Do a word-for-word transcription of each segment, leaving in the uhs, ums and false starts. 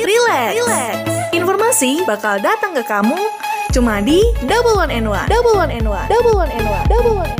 relax. Relax. Informasi bakal datang ke kamu cuma di Double One and One. Double One and One. Double One and One. Double One and One.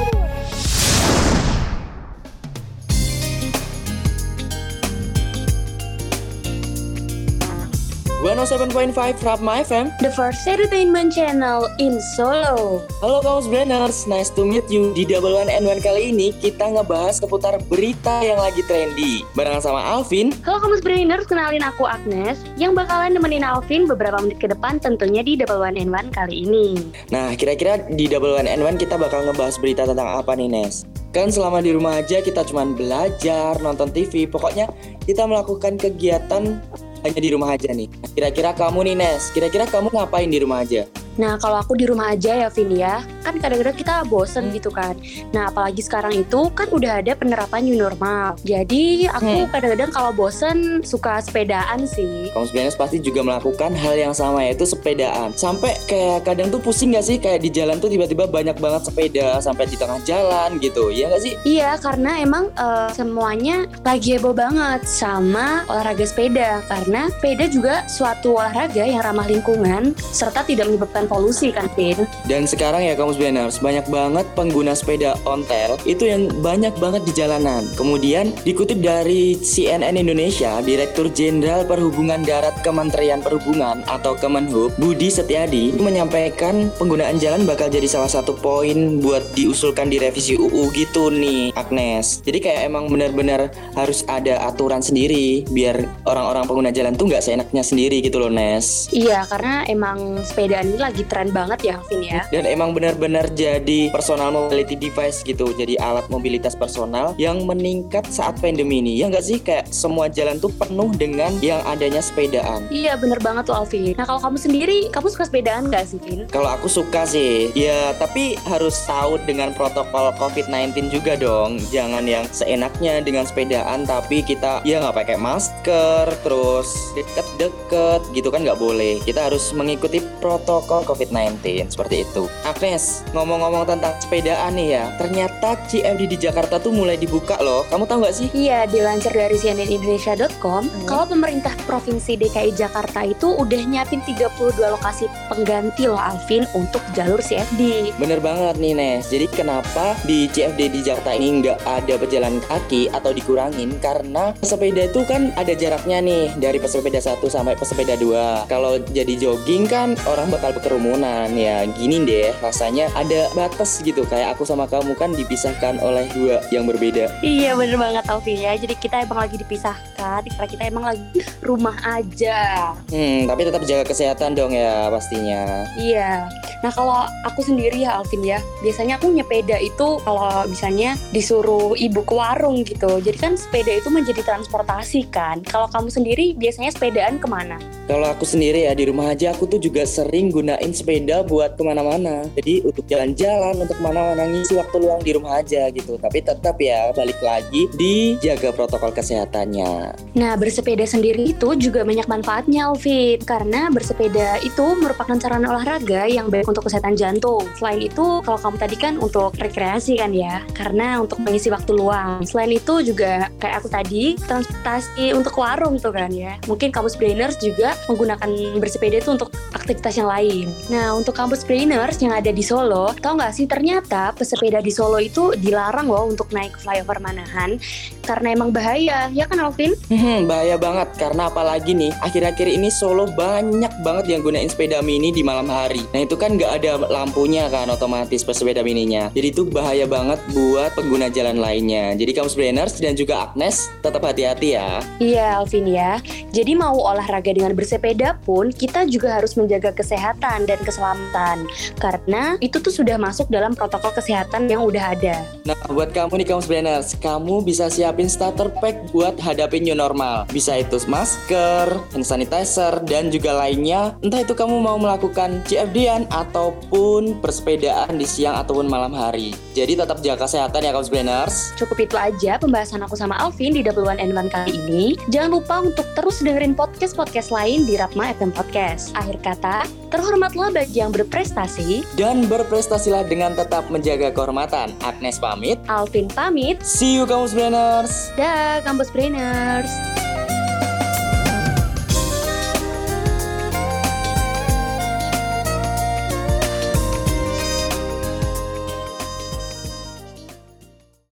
seratus tujuh koma lima Rapma F M, the first entertainment channel in Solo. Halo kaum Brainers, nice to meet you. Di Double One and One kali ini kita ngebahas seputar berita yang lagi trendy barengan sama Alvin. Halo kamu Brainers, kenalin aku Agnes yang bakalan nemenin Alvin beberapa menit ke depan tentunya di Double One and One kali ini. Nah, kira-kira di Double One and One kita bakal ngebahas berita tentang apa nih, Nes? Kan selama di rumah aja kita cuma belajar, nonton T V, pokoknya kita melakukan kegiatan hanya di rumah aja nih. Kira-kira kamu nih Nes, kira-kira kamu ngapain di rumah aja? Nah kalau aku di rumah aja ya Vin ya, kan kadang-kadang kita bosen gitu kan. Nah apalagi sekarang itu kan udah ada penerapan new normal. Jadi aku hmm. kadang-kadang kalau bosen suka sepedaan sih. Kamu sebenarnya pasti juga melakukan hal yang sama, yaitu sepedaan. Sampai kayak kadang tuh pusing gak sih? Kayak di jalan tuh tiba-tiba banyak banget sepeda sampai di tengah jalan gitu, iya gak sih? Iya, karena emang uh, semuanya lagi heboh banget sama olahraga sepeda. Karena sepeda juga suatu olahraga yang ramah lingkungan serta tidak menyebabkan polusi kan, Vin? Dan sekarang ya kamu sebenarnya banyak banget pengguna sepeda ontel itu yang banyak banget di jalanan. Kemudian dikutip dari C N N Indonesia, Direktur Jenderal Perhubungan Darat Kementerian Perhubungan atau Kemenhub, Budi Setiadi menyampaikan penggunaan jalan bakal jadi salah satu poin buat diusulkan di revisi U U gitu nih, Agnes. Jadi kayak emang benar-benar harus ada aturan sendiri biar orang-orang pengguna jalan tuh nggak seenaknya sendiri gitu loh, Nes. Iya, karena emang sepedaan ini lagi lagi tren banget ya, Vin ya. Dan emang benar-benar jadi personal mobility device gitu, jadi alat mobilitas personal yang meningkat saat pandemi ini. Ya nggak sih, kayak semua jalan tuh penuh dengan yang adanya sepedaan. Iya bener banget loh Alvin. Nah kalau kamu sendiri, kamu suka sepedaan nggak sih, Vin? Kalau aku suka sih, ya tapi harus tahu dengan protokol covid sembilan belas juga dong. Jangan yang seenaknya dengan sepedaan tapi kita ya nggak pakai masker, terus deket-deket gitu kan nggak boleh. Kita harus mengikuti protokol covid sembilan belas seperti itu. Agnes, ngomong-ngomong tentang sepedaan nih ya, ternyata C F D di Jakarta tuh mulai dibuka loh. Kamu tahu nggak sih? Iya, dilansir dari C N N Indonesia dot com, hmm. kalau pemerintah Provinsi D K I Jakarta itu udah nyiapin tiga puluh dua lokasi pengganti loh Alvin untuk jalur C F D. Bener banget nih Nes. Jadi kenapa di C F D di Jakarta ini nggak ada pejalan kaki atau dikurangin? Karena pesepeda itu kan ada jaraknya nih dari pesepeda satu sampai pesepeda dua. Kalau jadi jogging kan orang bakal kerumunan ya, gini deh rasanya ada batas gitu, kayak aku sama kamu kan dipisahkan oleh dua yang berbeda. Iya bener banget Alvin ya, jadi kita emang lagi dipisahkan karena kita emang lagi rumah aja. Hmm tapi tetap jaga kesehatan dong ya pastinya. Iya. Nah kalau aku sendiri ya Alvin ya, biasanya aku nyepeda itu kalau misalnya disuruh ibu ke warung gitu. Jadi kan sepeda itu menjadi transportasi kan. Kalau kamu sendiri biasanya sepedaan kemana? Kalau aku sendiri ya di rumah aja aku tuh juga sering gunain sepeda buat kemana-mana. Jadi untuk jalan-jalan, untuk kemana-mana, ngisi waktu luang di rumah aja gitu. Tapi tetap ya balik lagi dijaga protokol kesehatannya. Nah bersepeda sendiri itu juga banyak manfaatnya Alvin. Karena bersepeda itu merupakan sarana olahraga yang baik untuk kesehatan jantung. Selain itu kalau kamu tadi kan untuk rekreasi kan ya, karena untuk mengisi waktu luang. Selain itu juga kayak aku tadi transportasi untuk warung tuh kan ya. Mungkin kampus brainers juga menggunakan bersepeda itu untuk aktivitas yang lain. Nah untuk kampus brainers yang ada di Solo, tau gak sih ternyata pesepeda di Solo itu dilarang loh untuk naik flyover Manahan karena emang bahaya, ya kan Alvin? Hmm, bahaya banget karena apalagi nih akhir-akhir ini Solo banyak banget yang gunain sepeda mini di malam hari. Nah itu kan gak ada lampunya kan otomatis pesepeda mininya. Jadi itu bahaya banget buat pengguna jalan lainnya. Jadi kampus brainers dan juga Agnes tetap hati-hati ya. Iya Alvin ya. Jadi mau olahraga dengan bersepeda pun kita juga harus menjaga kesehatan dan keselamatan karena itu tuh sudah masuk dalam protokol kesehatan yang udah ada. Nah buat kamu nih kampus brainers, kamu bisa siapin starter pack buat hadapin new normal. Bisa itu masker, hand sanitizer dan juga lainnya. Entah itu kamu mau melakukan C F D-an ataupun bersepedaan di siang ataupun malam hari. Jadi tetap jaga kesehatan ya kampus brainers. Cukup itu aja pembahasan aku sama Alvin di Double One and One kali ini. Jangan lupa untuk terus dengerin podcast-podcast lain di Rapma F M Podcast. Akhir kata, terhormatlah bagi yang berprestasi dan berprestasilah dengan tetap menjaga kehormatan. Agnes pamit, Alvin pamit. See you kampus brainers. Dah kampus brainers.